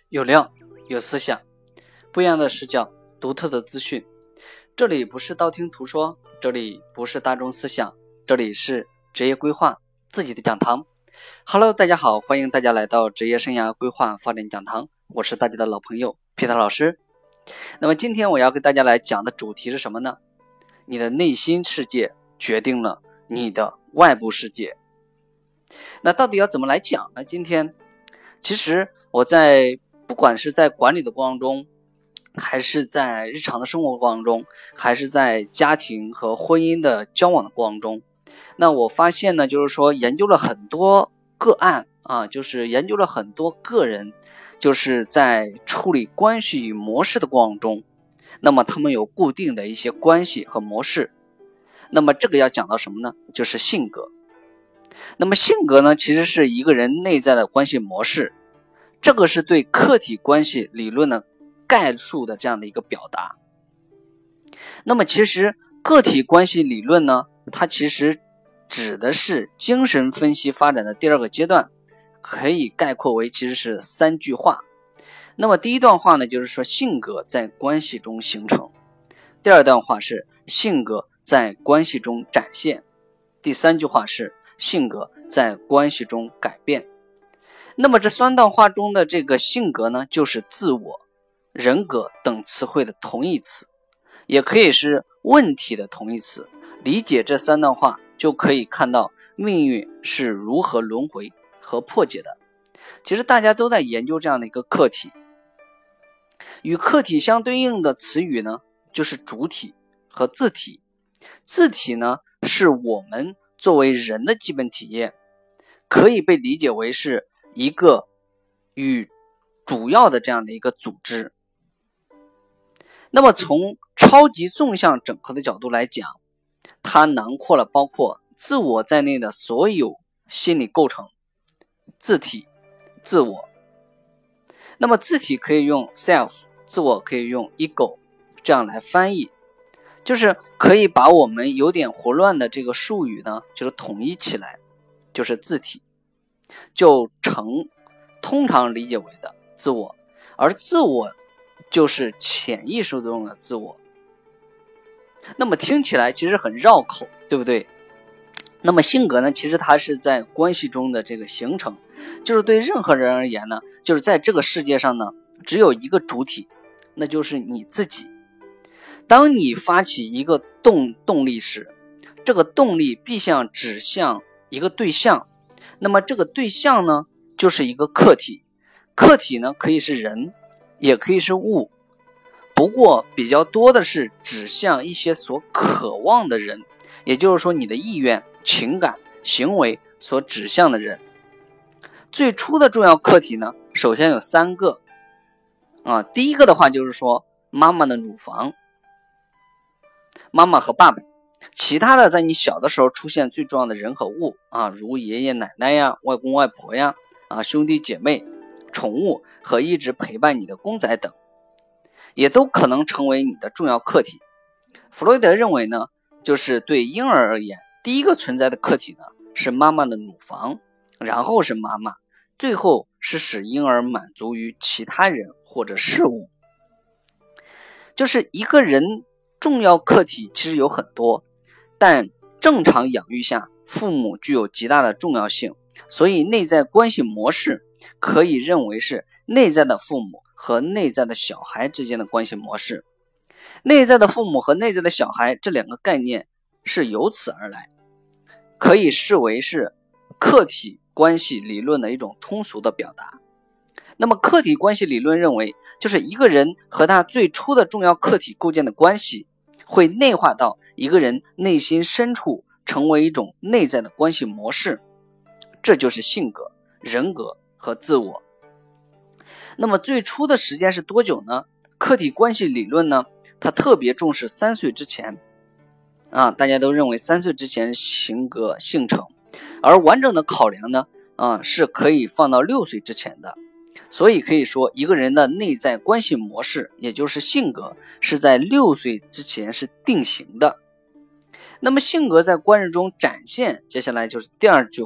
有料，有思想，不一样的视角，独特的资讯。这里不是道听途说，这里不是大众思想，这里是职业规划自己的讲堂。Hello， 大家好，欢迎大家来到职业生涯规划发展讲堂，我是大家的老朋友 Peter 老师。那么今天我要跟大家来讲的主题是什么呢？你的内心世界决定了你的外部世界。那到底要怎么来讲呢？今天其实我不管是在管理的过程中，还是在日常的生活过程中，还是在家庭和婚姻的交往的过程中，那我发现呢，就是说研究了很多个案就是研究了很多个人，就是在处理关系模式的过程中，那么他们有固定的一些关系和模式。那么这个要讲到什么呢？就是性格。那么性格呢，其实是一个人内在的关系模式，这个是对客体关系理论的概述的这样的一个表达。那么其实个体关系理论呢，它其实指的是精神分析发展的第二个阶段，可以概括为其实是3句话。那么第一段话呢，就是说性格在关系中形成；第二段话是性格在关系中展现；第3句话是性格在关系中改变。那么这3段话中的这个性格呢，就是自我、人格等词汇的同义词，也可以是问题的同义词。理解这3段话，就可以看到命运是如何轮回和破解的。其实大家都在研究这样的一个课题，与课题相对应的词语呢，就是主体和自体。自体呢，是我们作为人的基本体验，可以被理解为是一个与主要的这样的一个组织。那么从超级纵向整合的角度来讲，它囊括了包括自我在内的所有心理构成。自体、自我，那么自体可以用 self， 自我可以用 ego， 这样来翻译，就是可以把我们有点混乱的这个术语呢，就是统一起来，就是自体，就通常理解为的自我，而自我就是潜意识中的自我。那么听起来其实很绕口，对不对？那么性格呢，其实它是在关系中的这个形成，就是对任何人而言呢，就是在这个世界上呢，只有一个主体，那就是你自己。当你发起一个动力时，这个动力必向指向一个对象，那么这个对象呢，就是一个客体。客体呢，可以是人，也可以是物，不过比较多的是指向一些所渴望的人，也就是说你的意愿、情感、行为所指向的人。最初的重要客体呢，首先有3个第一个的话就是说妈妈的乳房，妈妈和爸爸。其他的在你小的时候出现最重要的人和物如爷爷奶奶呀、外公外婆呀、兄弟姐妹、宠物和一直陪伴你的公仔等，也都可能成为你的重要客体。弗洛伊德认为呢，就是对婴儿而言，第一个存在的客体呢是妈妈的乳房，然后是妈妈，最后是使婴儿满足于其他人或者事物。就是一个人重要客体其实有很多，但正常养育下，父母具有极大的重要性，所以内在关系模式可以认为是内在的父母和内在的小孩之间的关系模式。内在的父母和内在的小孩这2个概念是由此而来，可以视为是客体关系理论的一种通俗的表达。那么客体关系理论认为，就是一个人和他最初的重要客体构建的关系，会内化到一个人内心深处，成为一种内在的关系模式，这就是性格、人格和自我。那么最初的时间是多久呢？客体关系理论呢，它特别重视3岁之前大家都认为3岁之前性格形成，而完整的考量呢是可以放到6岁之前的。所以可以说，一个人的内在关系模式，也就是性格，是在6岁之前是定型的。那么性格在关系中展现，接下来就是第2句话，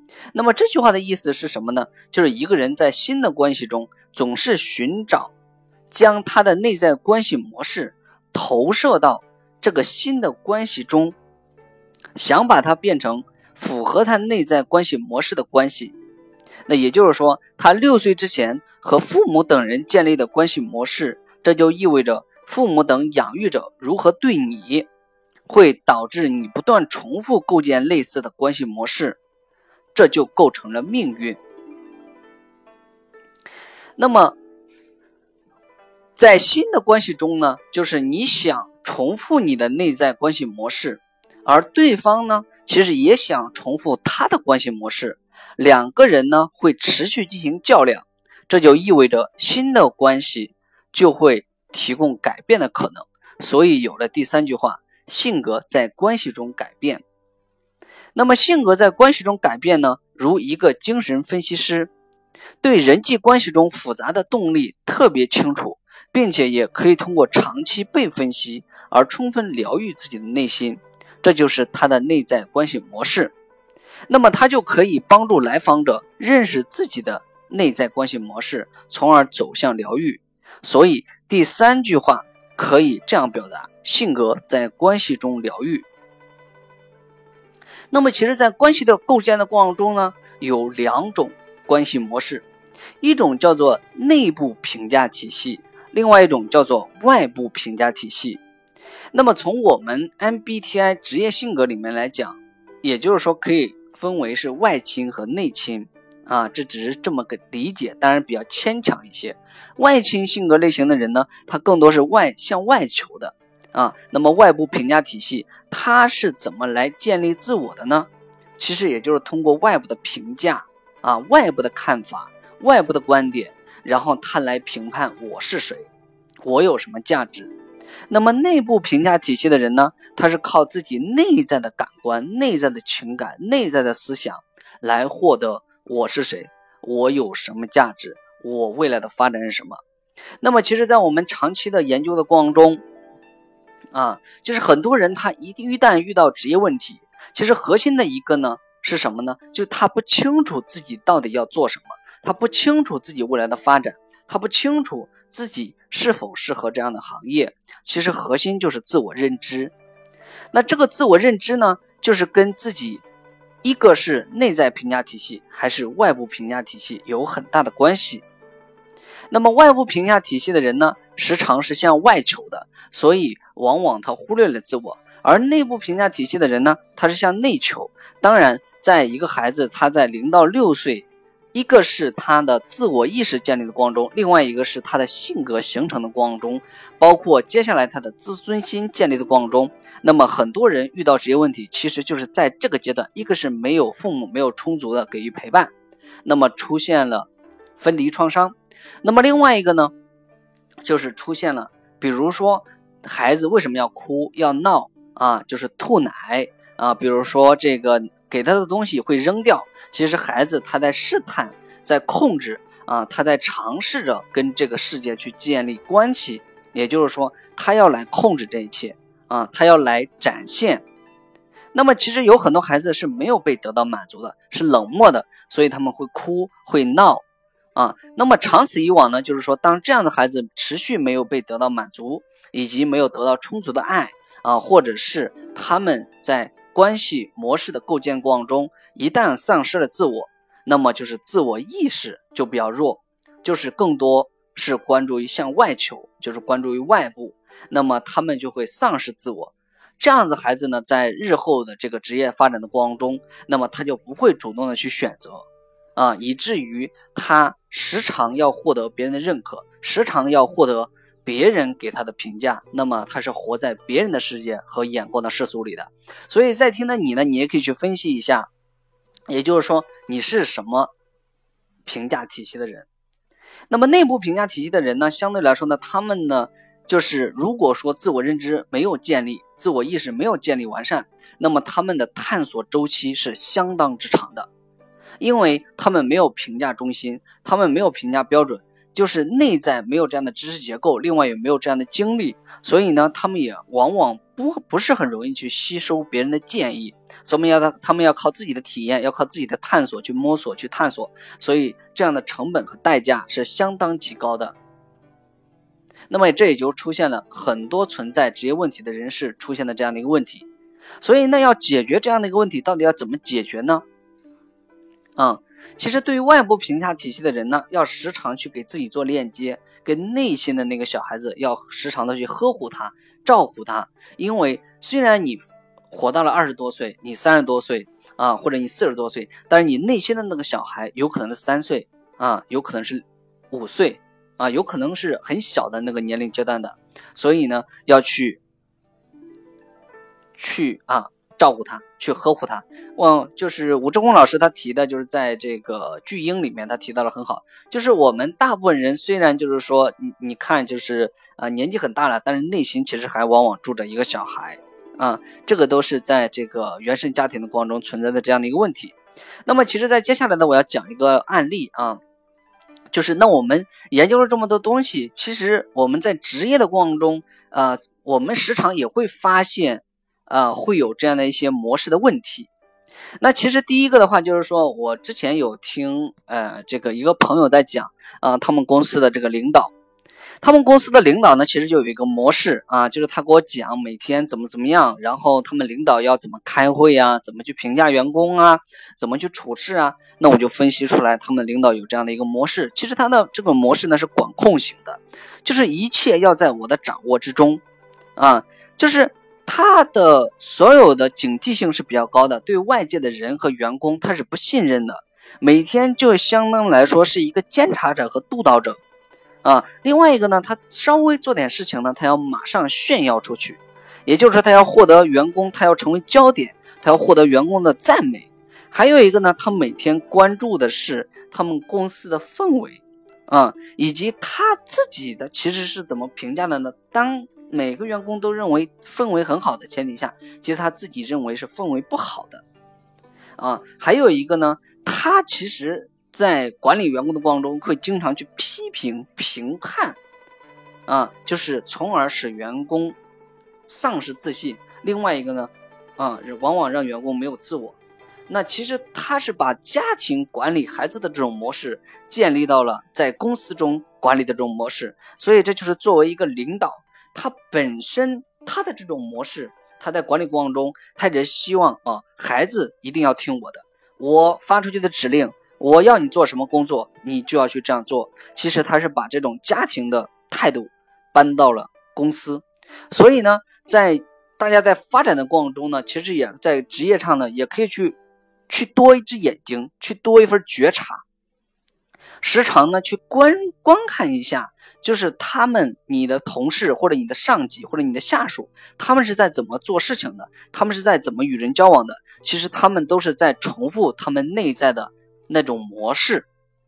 那么这句话的意思是什么呢？就是一个人在新的关系中总是寻找将他的内在关系模式投射到这个新的关系中，想把它变成符合他内在关系模式的关系。那也就是说，他6岁之前和父母等人建立的关系模式，这就意味着父母等养育者如何对你，会导致你不断重复构建类似的关系模式，这就构成了命运。那么在新的关系中呢，就是你想重复你的内在关系模式，而对方呢，其实也想重复他的关系模式，两个人呢会持续进行较量，这就意味着新的关系就会提供改变的可能。所以有了第3句话，性格在关系中改变。那么性格在关系中改变呢，如一个精神分析师，对人际关系中复杂的动力特别清楚，并且也可以通过长期被分析而充分疗愈自己的内心，这就是他的内在关系模式。那么他就可以帮助来访者认识自己的内在关系模式，从而走向疗愈。所以第3句话可以这样表达：性格在关系中疗愈。那么其实在关系的构建的过程中呢，有2种关系模式，一种叫做内部评价体系，另外一种叫做外部评价体系。那么从我们 MBTI 职业性格里面来讲，也就是说可以分为是外倾和内倾啊，这只是这么个理解，当然比较牵强一些。外倾性格类型的人呢，他更多是向外求的啊。那么外部评价体系，它是怎么来建立自我的呢？其实也就是通过外部的评价啊，外部的看法，外部的观点，然后他来评判我是谁，我有什么价值。那么内部评价体系的人呢，他是靠自己内在的感官、内在的情感、内在的思想来获得我是谁，我有什么价值，我未来的发展是什么。那么其实在我们长期的研究的过程中就是很多人他一旦遇到职业问题，其实核心的一个呢是什么呢？就是他不清楚自己到底要做什么，他不清楚自己未来的发展，他不清楚自己是否适合这样的行业。其实核心就是自我认知。那这个自我认知呢，就是跟自己一个是内在评价体系还是外部评价体系有很大的关系。那么外部评价体系的人呢，时常是向外求的，所以往往他忽略了自我。而内部评价体系的人呢，他是向内求。当然在一个孩子他在0到6岁，一个是他的自我意识建立的过程中，另外一个是他的性格形成的过程中，包括接下来他的自尊心建立的过程中。那么很多人遇到职业问题，其实就是在这个阶段，一个是没有父母没有充足的给予陪伴，那么出现了分离创伤。那么另外一个呢，就是出现了比如说孩子为什么要哭要闹就是吐奶比如说这个给他的东西会扔掉，其实孩子他在试探，在控制他在尝试着跟这个世界去建立关系，也就是说他要来控制这一切他要来展现。那么其实有很多孩子是没有被得到满足的，是冷漠的，所以他们会哭会闹那么长此以往呢，就是说当这样的孩子持续没有被得到满足，以及没有得到充足的爱或者是他们在关系模式的构建过程中一旦丧失了自我，那么就是自我意识就比较弱，就是更多是关注于向外求，就是关注于外部，那么他们就会丧失自我。这样的孩子呢，在日后的这个职业发展的过程中，那么他就不会主动的去选择以至于他时常要获得别人的认可，时常要获得别人给他的评价，那么他是活在别人的世界和眼光的世俗里的。所以在听的你呢，你也可以去分析一下，也就是说你是什么评价体系的人。那么内部评价体系的人呢，相对来说呢，他们呢就是如果说自我认知没有建立，自我意识没有建立完善，那么他们的探索周期是相当之长的，因为他们没有评价中心，他们没有评价标准， 就是内在没有这样的知识结构，另外也没有这样的经历，所以呢，他们也往往不是很容易去吸收别人的建议，所以他们要靠自己的体验，要靠自己的探索去摸索去探索，所以这样的成本和代价是相当极高的。那么这也就出现了很多存在职业问题的人士出现的这样的一个问题。所以呢，要解决这样的一个问题，到底要怎么解决呢？其实对于外部评价体系的人呢，要时常去给自己做链接，跟内心的那个小孩子要时常的去呵护他，照顾他。因为虽然你活到了20多岁，你30多岁或者你40多岁，但是你内心的那个小孩有可能是3岁有可能是5岁有可能是很小的那个年龄阶段的，所以呢，要去照顾他，去呵护他。就是武志红老师他提的，就是在这个巨婴里面他提到了很好，就是我们大部分人虽然就是说你看就是年纪很大了，但是内心其实还往往住着一个小孩这个都是在这个原生家庭的过程中存在的这样的一个问题。那么其实在接下来呢，我要讲一个案例就是那我们研究了这么多东西，其实我们在职业的过程中我们时常也会发现会有这样的一些模式的问题。那其实第一个的话就是说，我之前有听这个一个朋友在讲他们公司的这个领导，呢其实就有一个模式就是他给我讲每天怎么样，然后他们领导要怎么开会怎么去评价员工怎么去处事那我就分析出来他们领导有这样的一个模式。其实他的这个模式呢是管控型的，就是一切要在我的掌握之中就是他的所有的警惕性是比较高的，对外界的人和员工他是不信任的，每天就相当来说是一个监察者和督导者另外一个呢，他稍微做点事情呢，他要马上炫耀出去，也就是说他要获得员工，他要成为焦点，他要获得员工的赞美。还有一个呢，他每天关注的是他们公司的氛围以及他自己的其实是怎么评价的呢？当每个员工都认为氛围很好的前提下，其实他自己认为是氛围不好的还有一个呢，他其实在管理员工的过程中会经常去批评评判就是从而使员工丧失自信。另外一个呢往往让员工没有自我。那其实他是把家庭管理孩子的这种模式建立到了在公司中管理的这种模式，所以这就是作为一个领导，他本身他的这种模式，他在管理过程中他也希望孩子一定要听我的，我发出去的指令，我要你做什么工作你就要去这样做。其实他是把这种家庭的态度搬到了公司。所以呢，在大家在发展的过程中呢，其实也在职业上呢，也可以去多一只眼睛，去多一份觉察，时常呢去观看一下，就是你的同事或者你的上级或者你的下属，他们是在怎么做事情的，他们是在怎么与人交往的，其实他们都是在重复他们内在的那种模式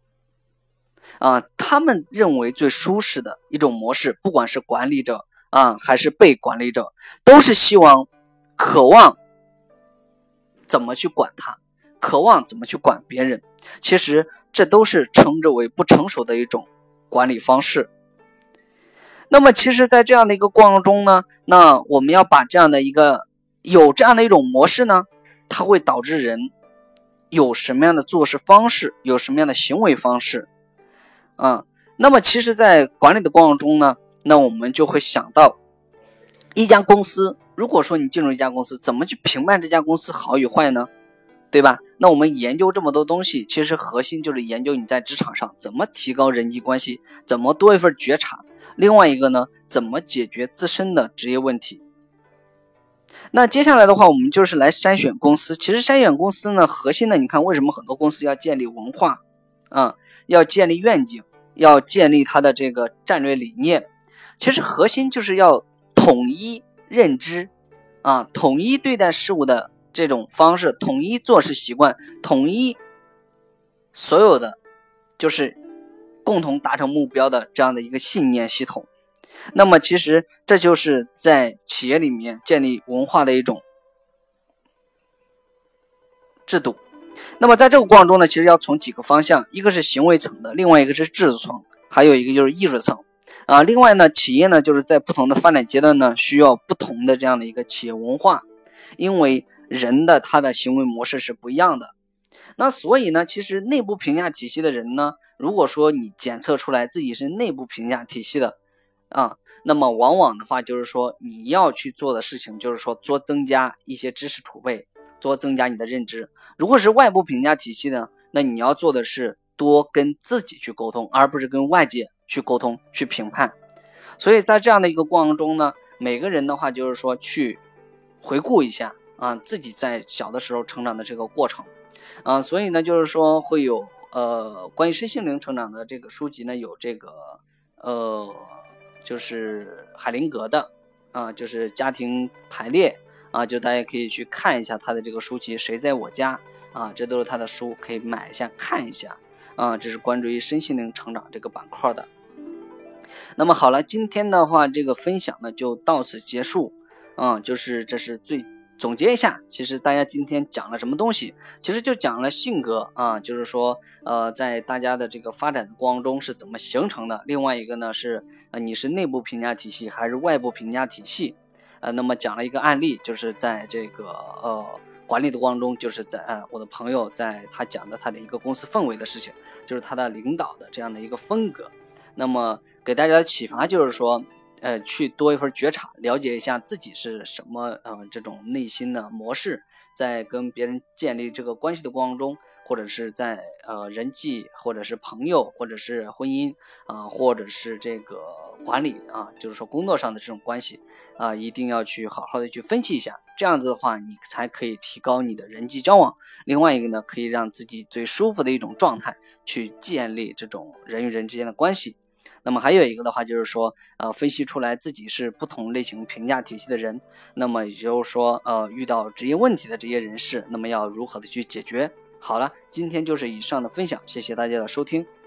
他们认为最舒适的一种模式，不管是管理者还是被管理者，都是渴望怎么去管他，渴望怎么去管别人。其实这都是称之为不成熟的一种管理方式。那么其实在这样的一个过程中呢，那我们要把有这样的一种模式呢，它会导致人有什么样的做事方式，有什么样的行为方式那么其实在管理的过程中呢，那我们就会想到一家公司，如果说你进入一家公司，怎么去评判这家公司好与坏呢？对吧？那我们研究这么多东西，其实核心就是研究你在职场上怎么提高人际关系，怎么多一份觉察。另外一个呢，怎么解决自身的职业问题。那接下来的话，我们就是来筛选公司。其实筛选公司呢，核心的你看为什么很多公司要建立文化要建立愿景，要建立它的这个战略理念，其实核心就是要统一认知统一对待事物的这种方式，统一做事习惯，统一所有的就是共同达成目标的这样的一个信念系统。那么其实这就是在企业里面建立文化的一种制度。那么在这个过程中呢，其实要从几个方向，一个是行为层的，另外一个是制度层， 还有一个就是艺术层另外呢，企业呢就是在不同的发展阶段呢，需要不同的这样的一个企业文化，因为人的他的行为模式是不一样的。那所以呢，其实内部评价体系的人呢，如果说你检测出来自己是内部评价体系的那么往往的话就是说你要去做的事情就是说多增加一些知识储备，多增加你的认知。如果是外部评价体系呢，那你要做的是多跟自己去沟通，而不是跟外界去沟通去评判。所以在这样的一个过程中呢，每个人的话就是说去回顾一下自己在小的时候成长的这个过程所以呢就是说会有关于身心灵成长的这个书籍呢，有这个就是海灵格的就是家庭排列就大家可以去看一下他的这个书籍谁在我家这都是他的书，可以买一下看一下这是关注于身心灵成长这个板块的。那么好了，今天的话这个分享呢就到此结束就是这是总结一下，其实大家今天讲了什么东西，其实就讲了性格就是说在大家的这个发展的过程中是怎么形成的。另外一个呢是你是内部评价体系还是外部评价体系那么讲了一个案例，就是在这个管理的过程中，就是在我的朋友在他讲的他的一个公司氛围的事情，就是他的领导的这样的一个风格。那么给大家的启发就是说去多一份觉察，了解一下自己是什么这种内心的模式，在跟别人建立这个关系的过程中，或者是在人际，或者是朋友，或者是婚姻或者是这个管理就是说工作上的这种关系一定要去好好的去分析一下，这样子的话你才可以提高你的人际交往。另外一个呢，可以让自己最舒服的一种状态去建立这种人与人之间的关系。那么还有一个的话就是说分析出来自己是不同类型评价体系的人，那么也就是说遇到职业问题的这些人士，那么要如何的去解决。好了，今天就是以上的分享，谢谢大家的收听。